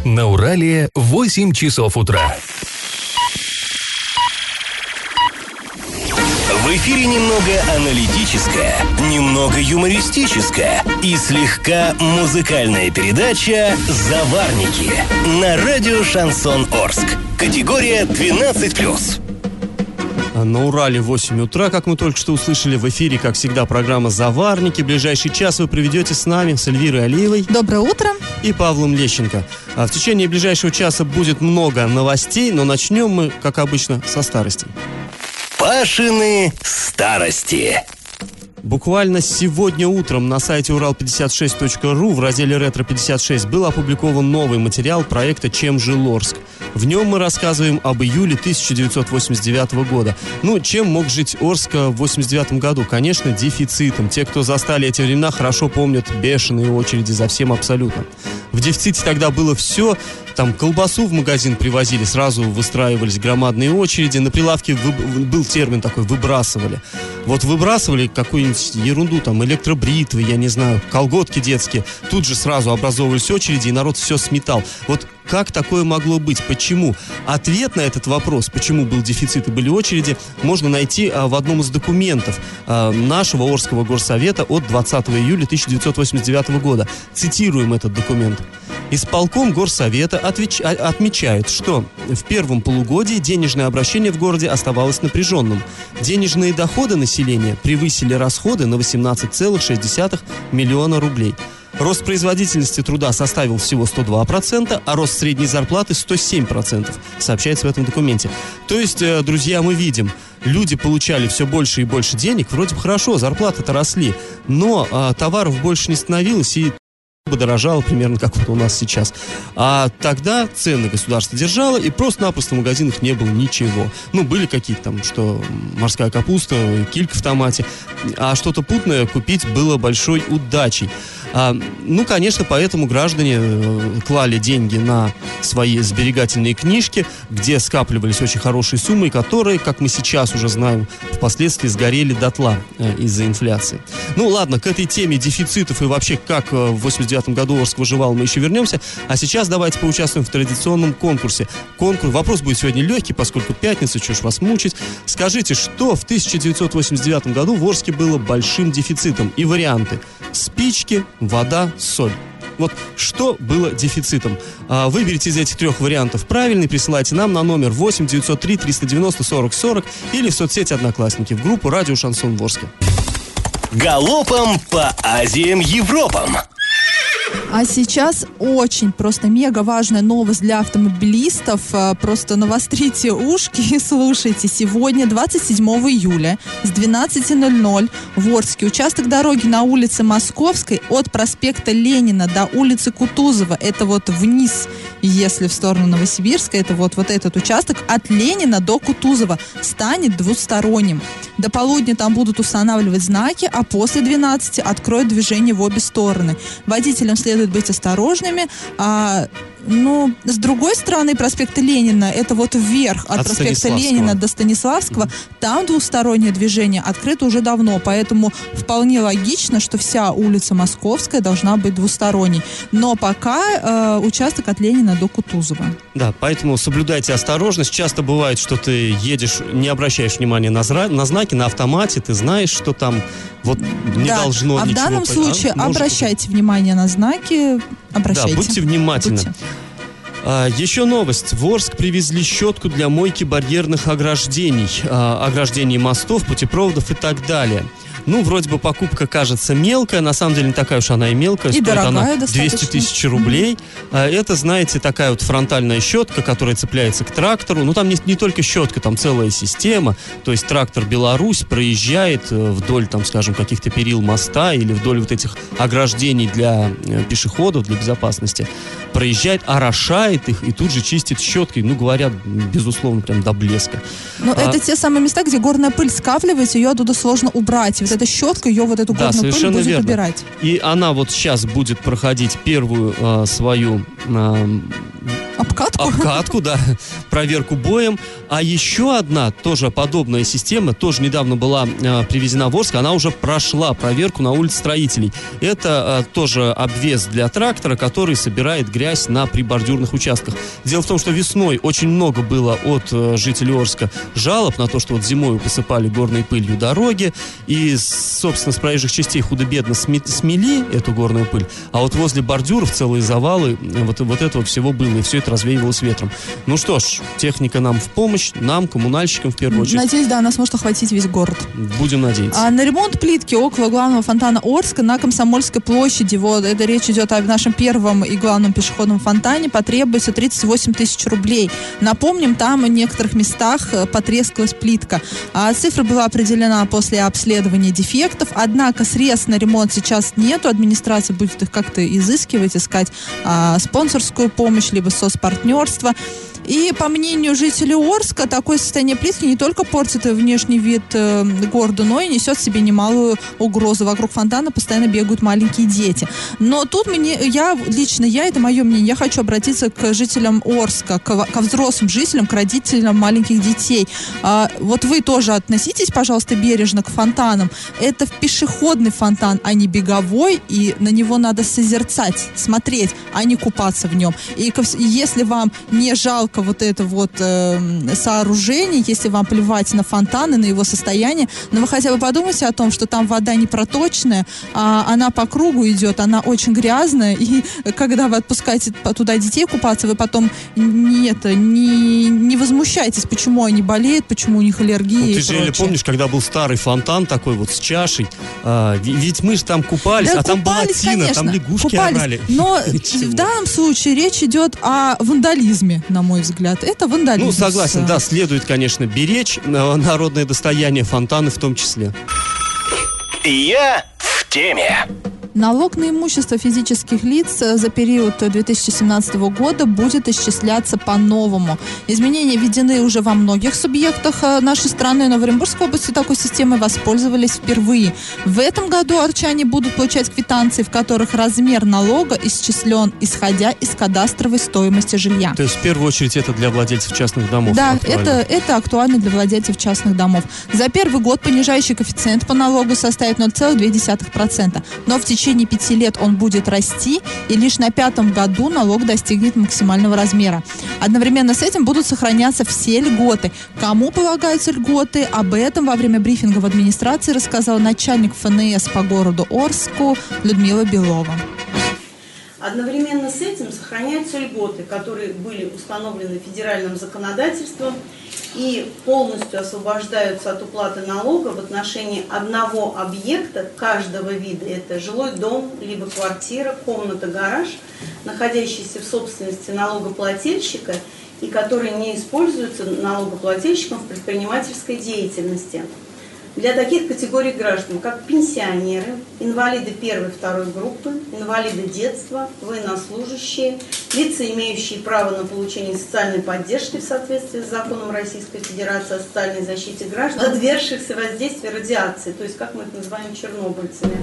На Урале 8 часов утра. В эфире немного аналитическая, немного юмористическая и слегка музыкальная передача «Заварники» на радио «Шансон Орск». Категория 12+. На Урале 8 утра, как мы только что услышали, в эфире, как всегда, программа «Заварники». Ближайший час вы проведете с нами, с Эльвирой Алиевой. Доброе утро. И Павлом Лещенко. В течение ближайшего часа будет много новостей, но начнем мы, как обычно, со старостей. Пашины старости. Буквально сегодня утром на сайте урал56.ру в разделе «Ретро-56» был опубликован новый материал проекта «Чем жил Орск?». В нем мы рассказываем об июле 1989 года. Чем мог жить Орск в 1989 году? Конечно, дефицитом. Те, кто застали эти времена, хорошо помнят бешеные очереди за всем абсолютно. В дефиците тогда было все. Там колбасу в магазин привозили, сразу выстраивались громадные очереди. На прилавке был термин такой «выбрасывали». Вот выбрасывали какую-нибудь ерунду, там электробритвы, я не знаю, колготки детские. Тут же сразу образовывались очереди, и народ все сметал. Вот как такое могло быть? Почему? Ответ на этот вопрос, почему был дефицит и были очереди, можно найти в одном из документов нашего Орского горсовета от 20 июля 1989 года. Цитируем этот документ. Исполком горсовета отмечает, что в первом полугодии денежное обращение в городе оставалось напряженным. Денежные доходы населения превысили расходы на 18,6 миллиона рублей. Рост производительности труда составил всего 102%, а рост средней зарплаты 107%, сообщается в этом документе. То есть, друзья, мы видим, люди получали все больше и больше денег, вроде бы хорошо, зарплаты-то росли, но товаров больше не становилось, и подорожало примерно как вот у нас сейчас. А тогда цены государство держало, и просто-напросто в магазинах не было ничего. Были какие-то там, что морская капуста, килька в томате, а что-то путное купить было большой удачей. Конечно, поэтому граждане клали деньги на свои сберегательные книжки, где скапливались очень хорошие суммы, которые, как мы сейчас уже знаем, впоследствии сгорели дотла из-за инфляции. Ладно, к этой теме дефицитов и вообще, как в 89 году Орск выживал, мы еще вернемся. А сейчас давайте поучаствуем в традиционном конкурсе. Вопрос будет сегодня легкий, поскольку пятница, чего ж вас мучить. Скажите, что в 1989 году в Орске было большим дефицитом? И варианты: спички, вода, соль. Вот что было дефицитом? Выберите из этих трех вариантов правильный, присылайте нам на номер 8 903 390 40 40 или в соцсети «Одноклассники» в группу «Радио Шансон Орске». Галопом по Азиям, Европам. А сейчас очень просто мега важная новость для автомобилистов. Просто навострите ушки и слушайте. Сегодня, 27 июля, с 12:00 в Орске участок дороги на улице Московской от проспекта Ленина до улицы Кутузова, это вот вниз, если в сторону Новосибирска, это вот этот участок от Ленина до Кутузова станет двусторонним. До полудня там будут устанавливать знаки, а после 12 откроют движение в обе стороны. Водителям следует быть осторожными. С другой стороны проспекта Ленина, это вот вверх от проспекта Ленина до Станиславского, там двустороннее движение открыто уже давно, поэтому вполне логично, что вся улица Московская должна быть двусторонней. Но пока участок от Ленина до Кутузова. Да, поэтому соблюдайте осторожность. Часто бывает, что ты едешь, не обращаешь внимания на знаки, на автомате, ты знаешь, что там не должно ничего. А в данном случае обращайте внимание на знаки, обращайте. Да, будьте внимательны. Еще новость. В Орск привезли щетку для мойки барьерных ограждений мостов, путепроводов и так далее. Вроде бы покупка кажется мелкая, на самом деле не такая уж она и мелкая. И стоит дорогая она достаточно. 200 тысяч рублей. Это, знаете, такая вот фронтальная щетка, которая цепляется к трактору. Там не только щетка, там целая система. То есть трактор «Беларусь» проезжает вдоль, скажем, каких-то перил моста или вдоль вот этих ограждений для пешеходов, для безопасности. Проезжает, орошает их и тут же чистит щеткой. Говорят, безусловно, прям до блеска. Это те самые места, где горная пыль скапливается, ее оттуда сложно убрать. Вот эта щетка ее эту горную пыль будет убирать. И она вот сейчас будет проходить первую свою Обкатку, да, проверку боем. А еще одна тоже подобная система, тоже недавно была привезена в Орск, она уже прошла проверку на улице Строителей. Это тоже обвес для трактора, который собирает грязь на прибордюрных участках. Дело в том, что весной очень много было от жителей Орска жалоб на то, что вот зимой посыпали горной пылью дороги, и, собственно, с проезжих частей худо-бедно смели эту горную пыль, а вот возле бордюров целые завалы вот этого всего было, и все это развеивалось ветром. Ну что ж, техника нам в помощь, нам, коммунальщикам в первую очередь. Надеюсь, да, нас может охватить весь город. Будем надеяться. На ремонт плитки около главного фонтана Орска на Комсомольской площади, вот, это речь идет о нашем первом и главном пешеходном фонтане, потребуется 38 тысяч рублей. Напомним, там в некоторых местах потрескалась плитка. Цифра была определена после обследования дефектов, однако средств на ремонт сейчас нету, администрация будет их как-то изыскивать, искать спонсорскую помощь, либо соцпартнерство. И, по мнению жителей Орска, такое состояние плитки не только портит внешний вид города, но и несет в себе немалую угрозу. Вокруг фонтана постоянно бегают маленькие дети. Но тут это мое мнение, я хочу обратиться к жителям Орска, ко взрослым жителям, к родителям маленьких детей. Вот вы тоже относитесь, пожалуйста, бережно к фонтанам. Это пешеходный фонтан, а не беговой, и на него надо созерцать, смотреть, а не купаться в нем. И если вам не жалко вот это вот сооружение, если вам плевать на фонтаны, на его состояние, но вы хотя бы подумайте о том, что там вода не проточная, она по кругу идет, она очень грязная, и когда вы отпускаете туда детей купаться, вы потом не возмущайтесь, почему они болеют, почему у них аллергия. Ты же или помнишь, когда был старый фонтан такой вот с чашей, ведь мы же там купались, да, там была тина, конечно, там лягушки орали. Но в данном случае речь идет о вандализме, на мой взгляд. Это вандализм. Ну, согласен, да, следует, конечно, беречь народное достояние, фонтаны в том числе. Я в теме. Налог на имущество физических лиц за период 2017 года будет исчисляться по-новому. Изменения введены уже во многих субъектах нашей страны, но в Оренбургской области такой системой воспользовались впервые. В этом году орчане будут получать квитанции, в которых размер налога исчислен, исходя из кадастровой стоимости жилья. То есть, в первую очередь, это для владельцев частных домов? Да, это актуально для владельцев частных домов. За первый год понижающий коэффициент по налогу составит 0,2%, но в течение 5 лет он будет расти, и лишь на 5-м году налог достигнет максимального размера. Одновременно с этим будут сохраняться все льготы. Кому полагаются льготы? Об этом во время брифинга в администрации рассказал начальник ФНС по городу Орску Людмила Белова. Одновременно с этим сохраняются льготы, которые были установлены федеральным законодательством и полностью освобождаются от уплаты налога в отношении одного объекта каждого вида. Это жилой дом, либо квартира, комната, гараж, находящийся в собственности налогоплательщика и который не используется налогоплательщиком в предпринимательской деятельности. Для таких категорий граждан, как пенсионеры, инвалиды первой и второй группы, инвалиды детства, военнослужащие, лица, имеющие право на получение социальной поддержки в соответствии с законом Российской Федерации о социальной защите граждан, подвергшихся воздействию радиации, то есть, как мы их называем, чернобыльцами.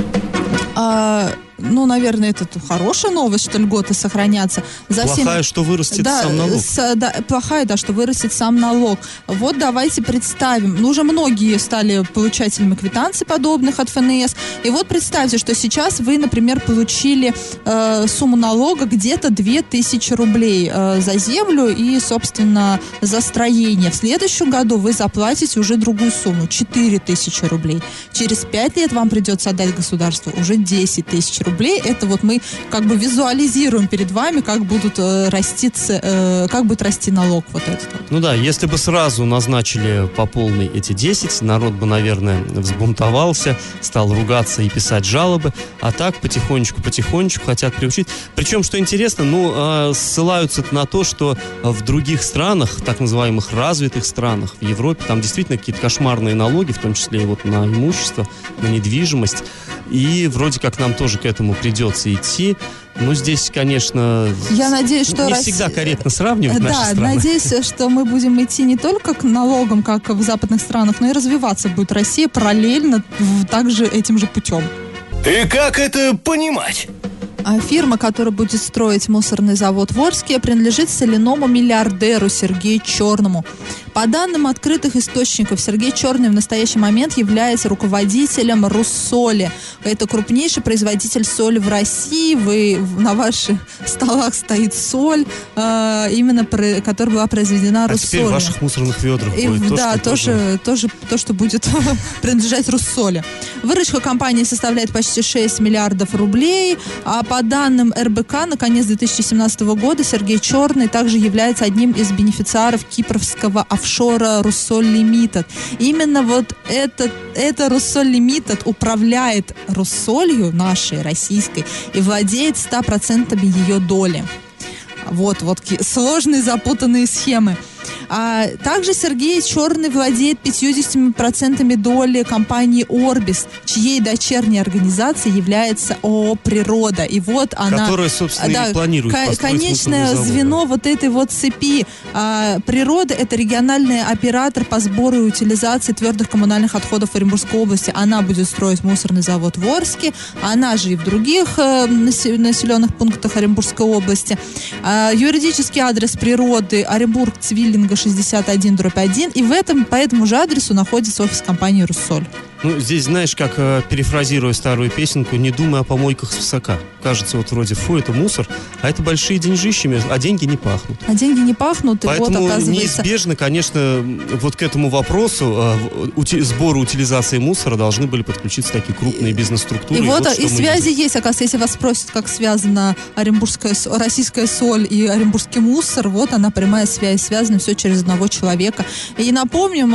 Наверное, это хорошая новость, что льготы сохранятся. Плохая, что вырастет сам налог. Плохая, да, что вырастет сам налог. Вот давайте представим. Уже многие стали получателями квитанций подобных от ФНС. И вот представьте, что сейчас вы, например, получили сумму налога где-то 2000 рублей за землю и, собственно, за строение. В следующем году вы заплатите уже другую сумму, 4000 рублей. Через 5 лет вам придется отдать государству уже 10 тысяч рублей. Это вот мы как бы визуализируем перед вами, как будет расти налог вот этот. Ну да, если бы сразу назначили по полной эти 10, народ бы, наверное, взбунтовался, стал ругаться и писать жалобы, а так потихонечку хотят приучить. Причем, что интересно, ссылаются на то, что в других странах, так называемых развитых странах, в Европе, там действительно какие-то кошмарные налоги, в том числе и вот на имущество, на недвижимость. И вроде как нам тоже к этому придется идти. Но здесь, конечно, я надеюсь, что не всегда корректно сравнивать наши страны. Да, надеюсь, что мы будем идти не только к налогам, как в западных странах, но и развиваться будет Россия параллельно также этим же путем. И как это понимать? Фирма, которая будет строить мусорный завод в Орске, принадлежит соляному миллиардеру Сергею Черному. По данным открытых источников, Сергей Черный в настоящий момент является руководителем Руссоли. Это крупнейший производитель соли в России. На ваших столах стоит соль, именно которая была произведена Руссолью. А теперь в ваших мусорных ведрах будет да, тоже то, что будет принадлежать Руссоли. Выручка компании составляет почти 6 миллиардов рублей, а по данным РБК, на конец 2017 года Сергей Черный также является одним из бенефициаров кипрского офшора Руссоль Лимитед. Именно вот это Руссоль Лимитед управляет Руссолью, нашей, российской, и владеет 100% ее доли. Вот сложные запутанные схемы. А также Сергей Черный владеет 50% доли компании «Орбис», чьей дочерней организацией является ООО «Природа». И вот она... Которая, собственно, и планирует построить конечное звено вот этой вот цепи. «Природа» — это региональный оператор по сбору и утилизации твердых коммунальных отходов в Оренбургской области. Она будет строить мусорный завод в Орске, она же и в других населенных пунктах Оренбургской области. Юридический адрес «Природы» Оренбург, Цвиллинга, 61/1, и по этому же адресу находится офис компании «Руссоль». Ну, здесь, знаешь, как, перефразируя старую песенку, не думай о помойках свысока. Кажется, вот вроде, это муссор, а это большие деньжищи, а деньги не пахнут. Поэтому вот, оказывается... неизбежно, конечно, вот к этому вопросу сбора, утилизации мусора должны были подключиться такие крупные бизнес-структуры. И связи есть, оказывается, если вас спросят, как связана российская соль и оренбургский мусор, вот она, прямая связь, связано все через одного человека. И напомним,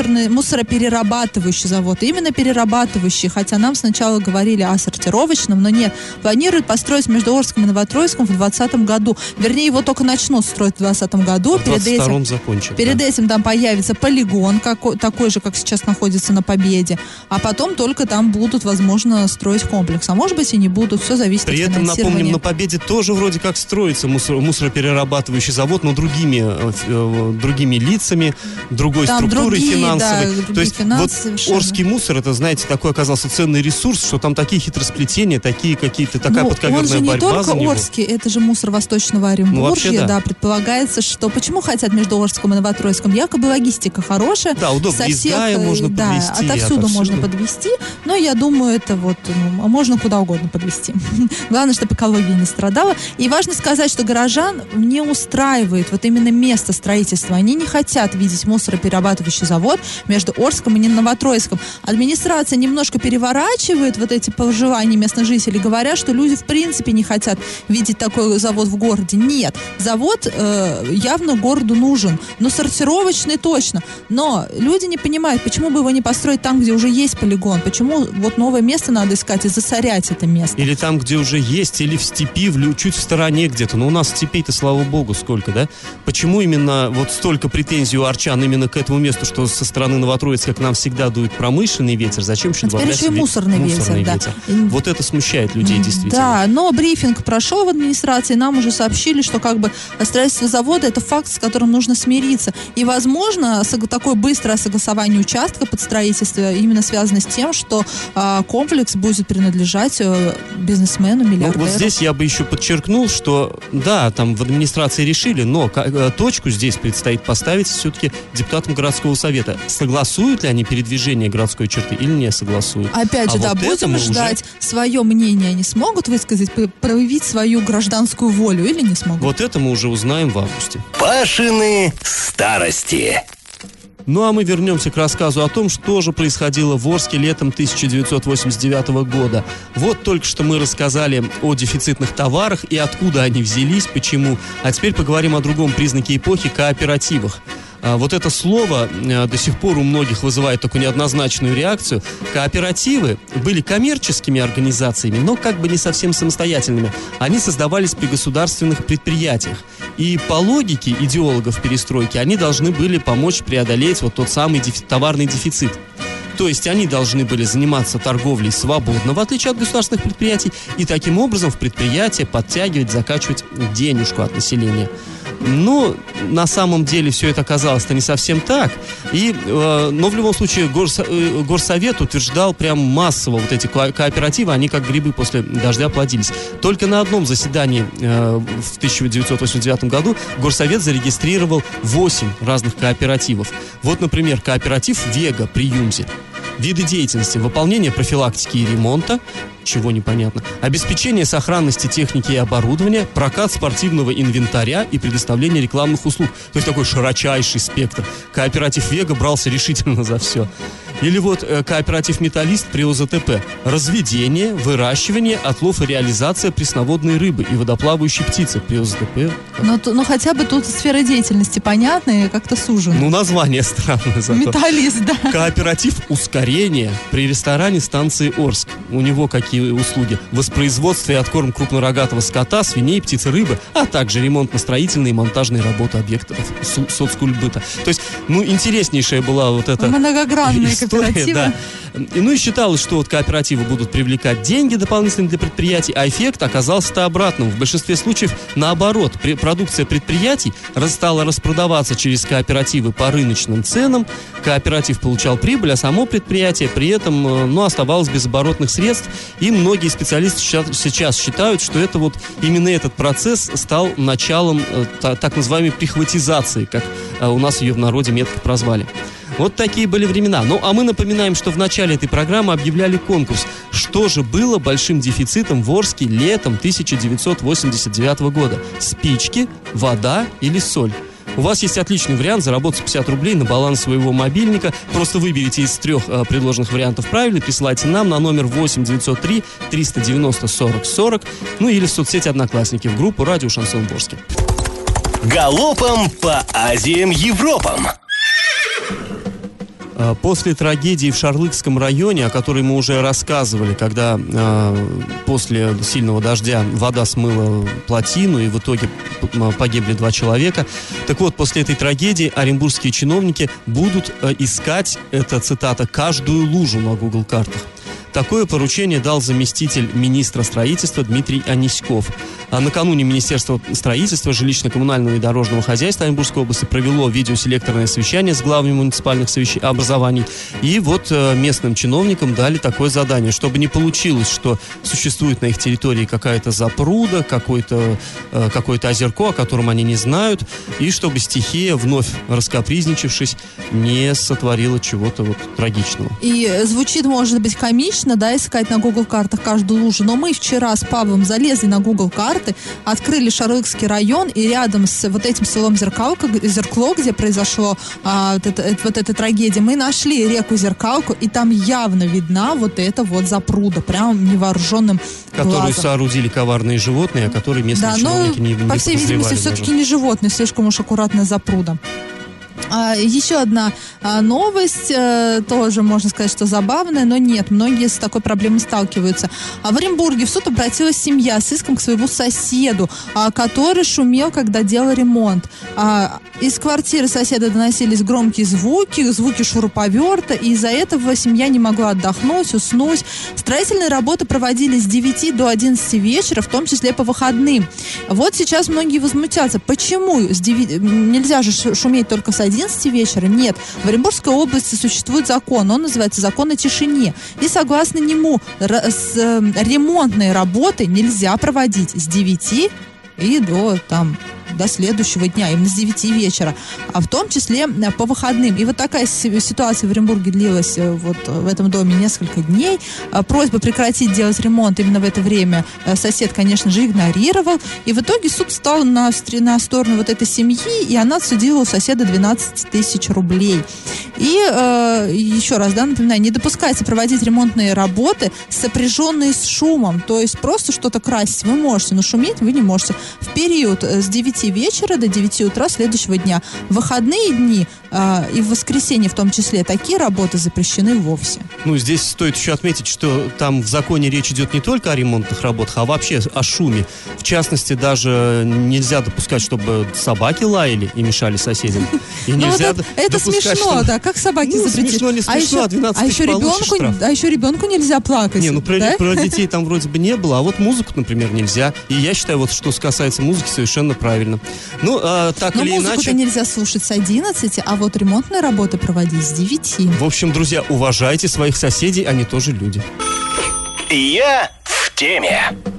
мусороперерабатывающий завод, именно перерабатывающий, хотя нам сначала говорили о сортировочном, но нет, планируют построить между Орском и Новотроицком в 2020 году. Вернее, его только начнут строить в 2020 году. В 2022 закончат. Перед этим там появится полигон, такой же, как сейчас находится на Победе, а потом только там будут, возможно, строить комплекс. А может быть и не будут, все зависит от финансирования. При этом, напомним, на Победе тоже вроде как строится мусороперерабатывающий завод, но другими лицами, другой структурой финансовой. Да, то есть вот совершенно. Орский мусор, это, знаете, такой оказался ценный ресурс, что там такие хитросплетения, такая подковерная борьба за него. Он же не только Орский, это же мусор Восточного Оренбуржья, да. Предполагается, что... Почему хотят между Орском и Новотроицком? Якобы логистика хорошая. Да, удобно, из Гая можно подвезти. Отовсюду можно подвезти, но я думаю, это можно куда угодно подвезти. Главное, чтобы экология не страдала. И важно сказать, что горожан не устраивает вот именно место строительства. Они не хотят видеть мусороперерабатывающий завод между Орском и Новотроицком. Администрация немножко переворачивает вот эти пожелания местных жителей, говоря, что люди в принципе не хотят видеть такой завод в городе. Нет, завод явно городу нужен, но сортировочный точно. Но люди не понимают, почему бы его не построить там, где уже есть полигон, почему вот новое место надо искать и засорять это место. Или там, где уже есть, или в степи, чуть в стороне где-то. Но у нас степей-то, слава богу, сколько, да? Почему именно вот столько претензий у арчан именно к этому месту, что со стороны Новотроицка к нам всегда дует промышленный ветер, зачем еще добавлять еще и мусорный ветер, да. Вот это смущает людей действительно. Да, но брифинг прошел в администрации, нам уже сообщили, что строительство завода — это факт, с которым нужно смириться. И, возможно, такое быстрое согласование участка под строительство именно связано с тем, что комплекс будет принадлежать бизнесмену, миллиардеру. Вот здесь я бы еще подчеркнул, что да, там в администрации решили, но точку здесь предстоит поставить все-таки депутатам городского совета. Согласуют ли они передвижение городской черты или не согласуют? Опять же, будем ждать. Свое мнение они смогут высказать, проявить свою гражданскую волю или не смогут? Вот это мы уже узнаем в августе. Пашины старости. Ну а мы вернемся к рассказу о том, что же происходило в Орске летом 1989 года. Вот только что мы рассказали о дефицитных товарах и откуда они взялись, почему. А теперь поговорим о другом признаке эпохи – кооперативах. Вот это слово до сих пор у многих вызывает такую неоднозначную реакцию. Кооперативы были коммерческими организациями, но как бы не совсем самостоятельными. Они создавались при государственных предприятиях. И по логике идеологов перестройки они должны были помочь преодолеть вот тот самый товарный дефицит. То есть они должны были заниматься торговлей свободно, в отличие от государственных предприятий, и таким образом в предприятие подтягивать, закачивать денежку от населения. Но на самом деле все это оказалось-то не совсем так. Но в любом случае Горсовет утверждал прям массово вот эти кооперативы, они как грибы после дождя плодились. Только на одном заседании в 1989 году Горсовет зарегистрировал 8 разных кооперативов. Вот, например, кооператив «Вега» при Юмзе. Виды деятельности: выполнение профилактики и ремонта, чего непонятно, обеспечение сохранности техники и оборудования, прокат спортивного инвентаря и предоставление рекламных услуг. То есть такой широчайший спектр. Кооператив «Вега» брался решительно за все. Или вот кооператив «Металлист» при ОЗТП. Разведение, выращивание, отлов и реализация пресноводной рыбы и водоплавающей птицы при ОЗТП. Ну хотя бы тут сфера деятельности понятная и как-то сужена. Ну, название странное зато. «Металлист», да. Кооператив «Ускорение» при ресторане станции Орск. У него какие услуги? Воспроизводство и откорм крупнорогатого скота, свиней, птицы, рыбы, а также ремонтно-строительные и монтажные работы объектов соцкультбыта. То есть, интереснейшая была вот эта многогранная история, да. И считалось, что вот кооперативы будут привлекать деньги дополнительно для предприятий, а эффект оказался-то обратным. В большинстве случаев наоборот. Продукция предприятий стала распродаваться через кооперативы по рыночным ценам, кооператив получал прибыль, а само предприятие при этом оставалось без оборотных средств. И многие специалисты сейчас считают, что это вот именно этот процесс стал началом так называемой прихватизации, как у нас ее в народе метко прозвали. Вот такие были времена. А мы напоминаем, что в начале этой программы объявляли конкурс. Что же было большим дефицитом в Орске летом 1989 года? Спички, вода или соль? У вас есть отличный вариант заработать 50 рублей на баланс своего мобильника. Просто выберите из 3 предложенных вариантов правильно, присылайте нам на номер 8 903 390 40 40, или в соцсети «Одноклассники» в группу «Радио Шансон Орске». Галопом по Азиям Европам. После трагедии в Шарлыкском районе, о которой мы уже рассказывали, когда после сильного дождя вода смыла плотину и в итоге погибли 2 человека. Так вот, после этой трагедии оренбургские чиновники будут искать, это цитата, «каждую лужу на Google картах». Такое поручение дал заместитель министра строительства Дмитрий Аниськов. А накануне Министерство строительства, жилищно-коммунального и дорожного хозяйства Оренбургской области провело видеоселекторное совещание с главами муниципальных образований. И вот местным чиновникам дали такое задание, чтобы не получилось, что существует на их территории какая-то запруда, какое-то озерко, о котором они не знают, и чтобы стихия, вновь раскапризничавшись, не сотворила чего-то трагичного. И звучит, может быть, комично, искать на Google картах каждую лужу, но мы вчера с Павлом залезли на Google карты, открыли Шарлыкский район, и рядом с вот этим селом Зеркло, где произошла вот эта трагедия, мы нашли реку Зеркалку, и там явно видна вот эта вот запруда, прям невооруженным глазом. Которую соорудили коварные животные, о которой местные чиновники не подозревали. По всей видимости, все-таки не животные, слишком уж аккуратная запруда. Еще одна новость, тоже можно сказать, что забавная, но нет, многие с такой проблемой сталкиваются. В Оренбурге в суд обратилась семья с иском к своему соседу, который шумел, когда делал ремонт. Из квартиры соседа доносились громкие звуки шуруповерта, и из-за этого семья не могла отдохнуть, уснуть. Строительные работы проводились с 9 до 11 вечера, в том числе по выходным. Вот сейчас многие возмутятся. Почему нельзя же шуметь только с 11 вечера? Нет. В Оренбургской области существует закон, он называется «Закон о тишине». И согласно нему ремонтные работы нельзя проводить с 9 и до следующего дня, именно с 9 вечера, а в том числе по выходным. И вот такая ситуация в Оренбурге длилась в этом доме несколько дней. Просьба прекратить делать ремонт именно в это время сосед, конечно же, игнорировал. И в итоге суд встал на сторону вот этой семьи, и она отсудила у соседа 12 тысяч рублей. И еще раз, напоминаю, не допускайте проводить ремонтные работы, сопряженные с шумом. То есть просто что-то красить вы можете, но шуметь вы не можете. В период с 9 вечера до 9 утра следующего дня. В выходные дни и в воскресенье в том числе, такие работы запрещены вовсе. Ну, здесь стоит еще отметить, что там в законе речь идет не только о ремонтных работах, а вообще о шуме. В частности, даже нельзя допускать, чтобы собаки лаяли и мешали соседям. И нельзя это смешно, да, как собаки запретить. Смешно, не смешно, а 12 тысяч получишь штраф. А еще ребенку нельзя плакать. Не, про детей там вроде бы не было, а вот музыку, например, нельзя. И я считаю, вот что касается музыки, совершенно правильно. Ну, так или иначе... Но музыку-то нельзя слушать с 11, а вот ремонтные работы проводить с 9. В общем, друзья, уважайте своих соседей, они тоже люди. Я в теме.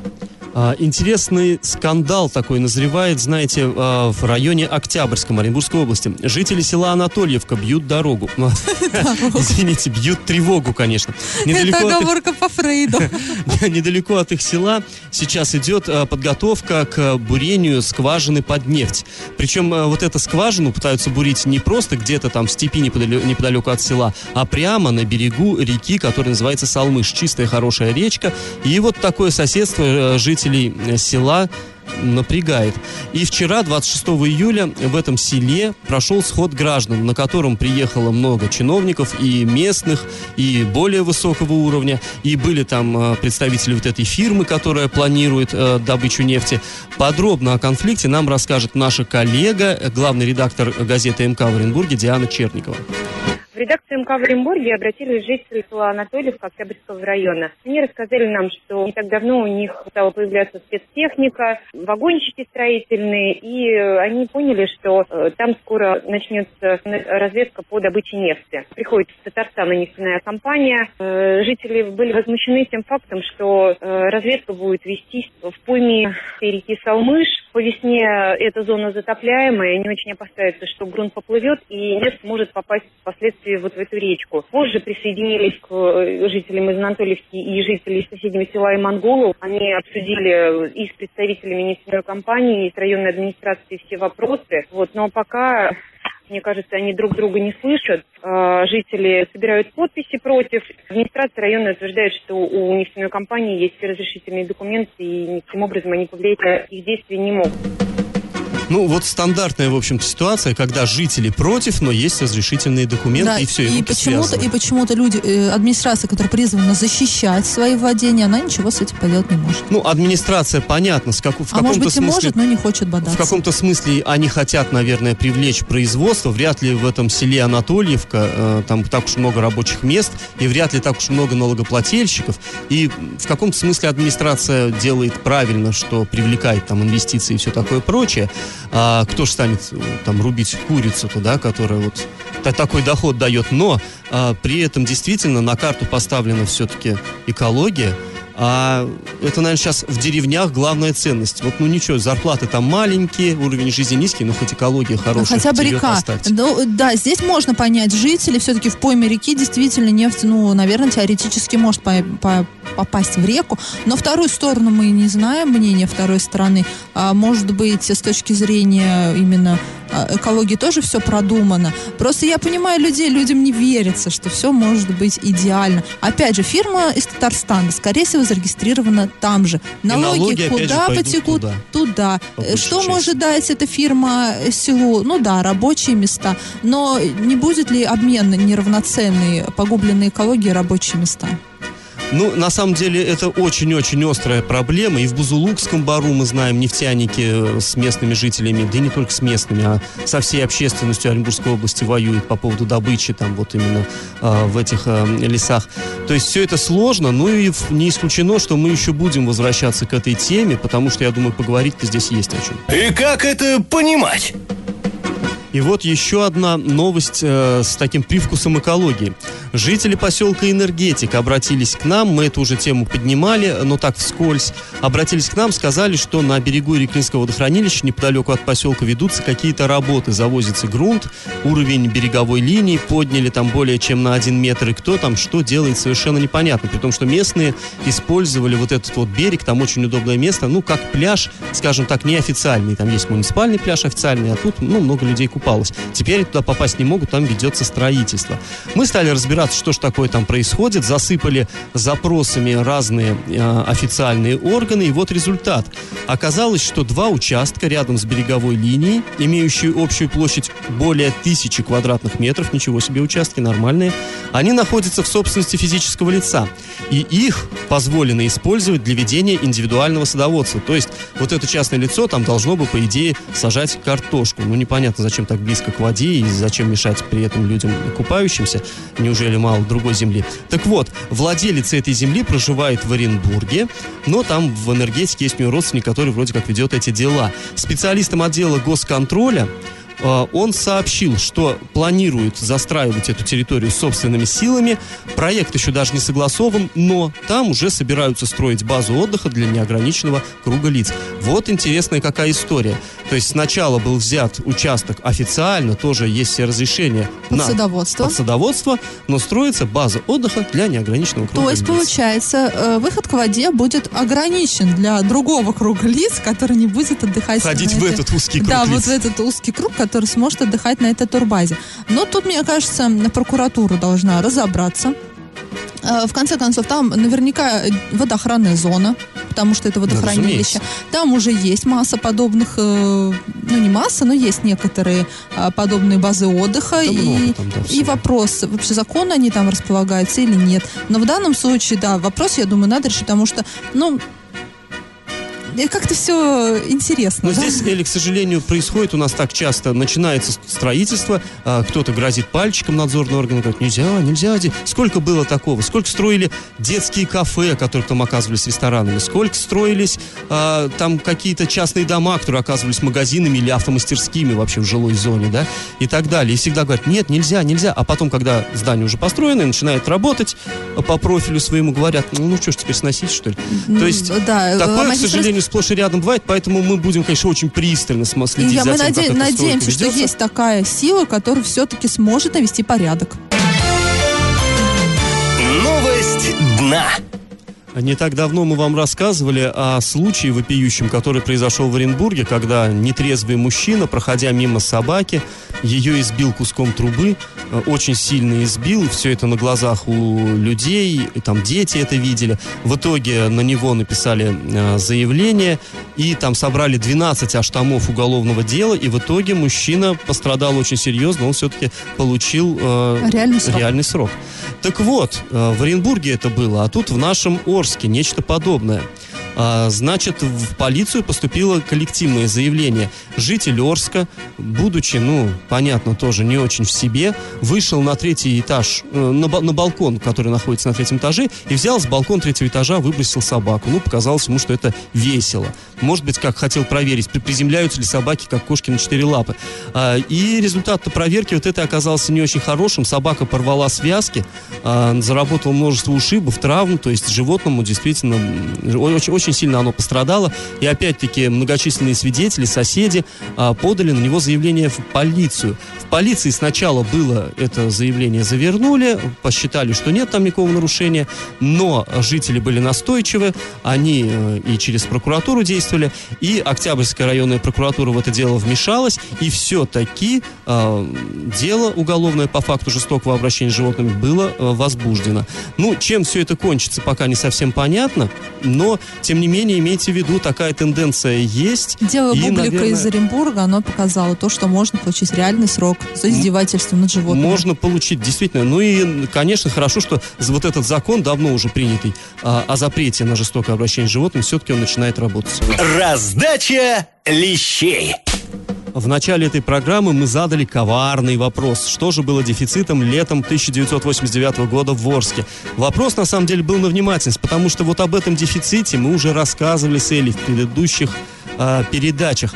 Интересный скандал такой назревает, знаете, в районе Октябрьском Оренбургской области. Жители села Анатольевка бьют дорогу. Извините, бьют тревогу, конечно. Это оговорка по Фрейду. Недалеко от их села сейчас идет подготовка к бурению скважины под нефть. Причем вот эту скважину пытаются бурить не просто где-то там в степи неподалеку от села, а прямо на берегу реки, которая называется Салмыш. Чистая, хорошая речка. И вот такое соседство жителей села напрягает. И вчера, 26 июля, в этом селе прошел сход граждан, на котором приехало много чиновников и местных, и более высокого уровня, и были там представители вот этой фирмы, которая планирует добычу нефти. Подробно о конфликте нам расскажет наша коллега, главный редактор газеты МК в Оренбурге Диана Черникова. В редакцию МК в Оренбурге обратились жители села Анатольевка Октябрьского района. Они рассказали нам, что не так давно у них стала появляться спецтехника, вагончики строительные, и они поняли, что там скоро начнется разведка по добыче нефти. Приходит из Татарстана нефтяная компания. Жители были возмущены тем фактом, что разведка будет вестись в пойме реки Салмыш. По весне эта зона затопляемая, они очень опасаются, что грунт поплывет и нефть может попасть впоследствии вот в эту речку. Позже присоединились к жителям из Анатольевки и жителей с соседними села и монголов. Они обсудили и с представителями нефтяной компании, и с районной администрацией все вопросы. Но пока, мне кажется, они друг друга не слышат. Жители собирают подписи против. Администрация района утверждает, что у нефтяной компании есть все разрешительные документы, и никаким образом они повлиять на их действия не могут. Ну, вот стандартная, в общем-то, ситуация, когда жители против, но есть разрешительные документы, да, и все, и почему-то люди, администрация, которая призвана защищать свои владения, она ничего с этим поделать не может. Ну, администрация, понятно, в каком-то может быть, смысле... может, но не хочет бодаться. В каком-то смысле они хотят, наверное, привлечь производство. Вряд ли в этом селе Анатольевка там так уж много рабочих мест, и вряд ли так уж много налогоплательщиков. И в каком-то смысле администрация делает правильно, что привлекает там инвестиции и все такое прочее. А кто же станет там рубить курицу-то, да, которая вот такой доход дает, но при этом действительно на карту поставлена все-таки экология. А это, наверное, сейчас в деревнях главная ценность. Вот, ну ничего, зарплаты там маленькие, уровень жизни низкий, но хоть экология хорошая. Хотя бы река. Да, здесь можно понять, жители все-таки в пойме реки действительно нефть, наверное, теоретически может попасть в реку. Но вторую сторону мы не знаем, мнение второй стороны. Может быть, с точки зрения именно экологии тоже все продумано. Просто я понимаю людей, людям не верится, что все может быть идеально. Опять же, фирма из Татарстана, скорее всего, зарегистрирована там же. Налоги куда потекут? Туда. Что может дать эта фирма селу? Рабочие места. Но не будет ли обмен неравноценный, погубленной экологии, рабочие места? На самом деле, это очень-очень острая проблема. И в Бузулукском бару, мы знаем, нефтяники с местными жителями, да и не только с местными, а со всей общественностью Оренбургской области воюют по поводу добычи там вот именно в этих лесах. То есть все это сложно, и не исключено, что мы еще будем возвращаться к этой теме, потому что, я думаю, поговорить-то здесь есть о чем. И как это понимать? И вот еще одна новость с таким привкусом экологии. Жители поселка Энергетик обратились к нам, мы эту уже тему поднимали, но так вскользь. Обратились к нам, сказали, что на берегу Иреклинского водохранилища неподалеку от поселка ведутся какие-то работы. Завозится грунт, уровень береговой линии подняли там более чем на 1 метр. И кто там что делает, совершенно непонятно. При том, что местные использовали вот этот вот берег, там очень удобное место, как пляж, скажем так, неофициальный. Там есть муниципальный пляж официальный, а тут много людей купаются. раскопалось. Теперь туда попасть не могут, там ведется строительство. Мы стали разбираться, что же такое там происходит, засыпали запросами разные официальные органы, и вот результат. Оказалось, что 2 участка рядом с береговой линией, имеющие общую площадь более 1000 квадратных метров, ничего себе участки, нормальные, они находятся в собственности физического лица. И их позволено использовать для ведения индивидуального садоводства. То есть вот это частное лицо там должно бы, по идее, сажать картошку. Ну, непонятно, зачем так близко к воде и зачем мешать при этом людям купающимся. Неужели мало другой земли? Так вот, владелец этой земли проживает в Оренбурге, но там в энергетике есть у него родственник, который вроде как ведет эти дела. Специалистам отдела госконтроля он сообщил, что планирует застраивать эту территорию собственными силами. Проект еще даже не согласован, но там уже собираются строить базу отдыха для неограниченного круга лиц. Вот интересная какая история. То есть сначала был взят участок официально, тоже есть все разрешения под под садоводство, но строится база отдыха для неограниченного круга лиц. То есть, получается, выход к воде будет ограничен для другого круга лиц, который не будет отдыхать. Ходить в этот узкий круг лиц. Да, вот в этот узкий круг, который сможет отдыхать на этой турбазе. Но тут, мне кажется, прокуратура должна разобраться. В конце концов, там наверняка водоохранная зона, потому что это водохранилище. Там уже есть масса подобных, ну не масса, но есть некоторые подобные базы отдыха. И вопрос, вообще законно они там располагаются или нет. Но в данном случае, да, вопрос, я думаю, надо решить, потому что, ну, как-то все интересно. Но да? здесь, Элли, к сожалению, происходит у нас так часто. Начинается строительство, кто-то гразит пальчиком, надзорный орган говорит, нельзя. Сколько было такого? Сколько строили детские кафе, которые там оказывались ресторанами? Сколько строились там какие-то частные дома, которые оказывались магазинами или автомастерскими вообще в жилой зоне, да? И так далее. И всегда говорят, нет, нельзя. А потом, когда здание уже построено и начинает работать по профилю своему, говорят, ну что ж, теперь сносить, что ли? То есть, да, такое, к сожалению, сплошь и рядом бывает, поэтому мы будем, конечно, очень пристально следить за тем, как эта Мы надеемся, что ведется. есть такая сила, которая все-таки сможет навести порядок. Новость дна. Не так давно мы вам рассказывали о случае вопиющем, который произошел в Оренбурге, когда нетрезвый мужчина, проходя мимо собаки, ее избил куском трубы, очень сильно избил, все это на глазах у людей, там дети это видели. В итоге на него написали заявление, и там собрали 12 аж томов уголовного дела, и в итоге мужчина пострадал очень серьезно, он все-таки получил реальный срок. Так вот, в Оренбурге это было, а тут в нашем Орске нечто подобное. Значит, в полицию поступило коллективное заявление. Житель Орска, будучи, понятно, тоже не очень в себе, вышел на 3-й этаж, на балкон, который находится на 3-м этаже, и взял с балкона 3-го этажа, выбросил собаку. Показалось ему, что это весело. Может быть, как хотел проверить, приземляются ли собаки, как кошки, на 4 лапы. И результат проверки вот это оказался не очень хорошим. Собака порвала связки, заработала множество ушибов, травм, то есть животному действительно очень сильно оно пострадало. И опять-таки многочисленные свидетели, соседи подали на него заявление в полицию. В полиции сначала было это заявление завернули, посчитали, что нет там никакого нарушения, но жители были настойчивы, они и через прокуратуру действовали, и Октябрьская районная прокуратура в это дело вмешалась, и все-таки дело уголовное по факту жестокого обращения с животными было возбуждено. Чем все это кончится, пока не совсем понятно, но тем не менее, имейте в виду, такая тенденция есть. Дело Бублика из Оренбурга, оно показало то, что можно получить реальный срок за издевательство над животными. Можно получить, действительно. И, конечно, хорошо, что вот этот закон, давно уже принятый, о запрете на жестокое обращение с животными, все-таки он начинает работать. Раздача лещей. В начале этой программы мы задали коварный вопрос. Что же было дефицитом летом 1989 года в Орске? Вопрос, на самом деле, был на внимательность, потому что вот об этом дефиците мы уже рассказывали с Элей в предыдущих передачах.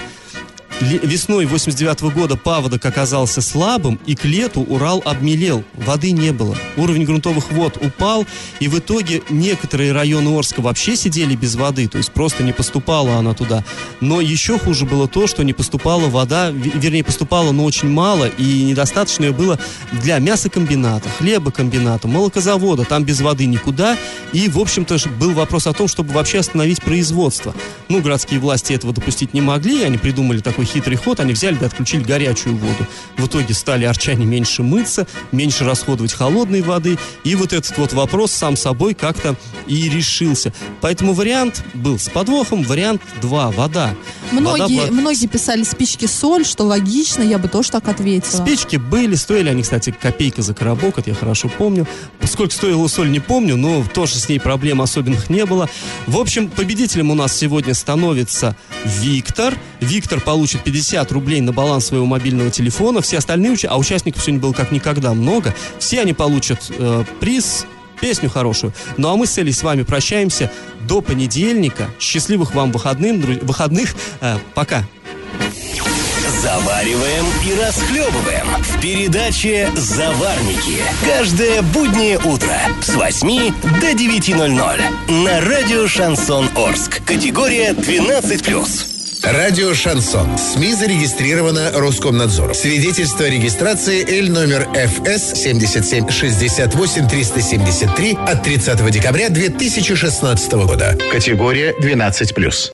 Весной 1989 года паводок оказался слабым, и к лету Урал обмелел. Воды не было. Уровень грунтовых вод упал, и в итоге некоторые районы Орска вообще сидели без воды, то есть просто не поступала она туда. Но еще хуже было то, что не поступала вода, вернее, поступала, но очень мало, и недостаточно ее было для мясокомбината, хлебокомбината, молокозавода. Там без воды никуда, и, в общем-то, был вопрос о том, чтобы вообще остановить производство. Городские власти этого допустить не могли, они придумали такой хитрый ход. Они взяли да отключили горячую воду. В итоге стали арчане меньше мыться, меньше расходовать холодной воды. И вот этот вот вопрос сам собой как-то и решился. Поэтому вариант был с подвохом, вариант 2 – вода. Многие писали спички-соль, что логично, я бы тоже так ответила. Спички были, стоили они, кстати, копейка за коробок, это я хорошо помню. Сколько стоила соль, не помню, но тоже с ней проблем особенных не было. В общем, победителем у нас сегодня становится Виктор. Виктор получит 50 рублей на баланс своего мобильного телефона. Все остальные, а участников сегодня было как никогда много, все они получат приз, песню хорошую. Ну а мы с Элей с вами прощаемся до понедельника. Счастливых вам выходных. Пока. Завариваем и расхлебываем в передаче «Заварники». Каждое буднее утро с 8 до 9:00 на радио «Шансон Орск». Категория 12+. Радио «Шансон». СМИ зарегистрировано Роскомнадзором. Свидетельство о регистрации Л номер ФС 77 68 373 от 30 декабря 2016 года. Категория 12+.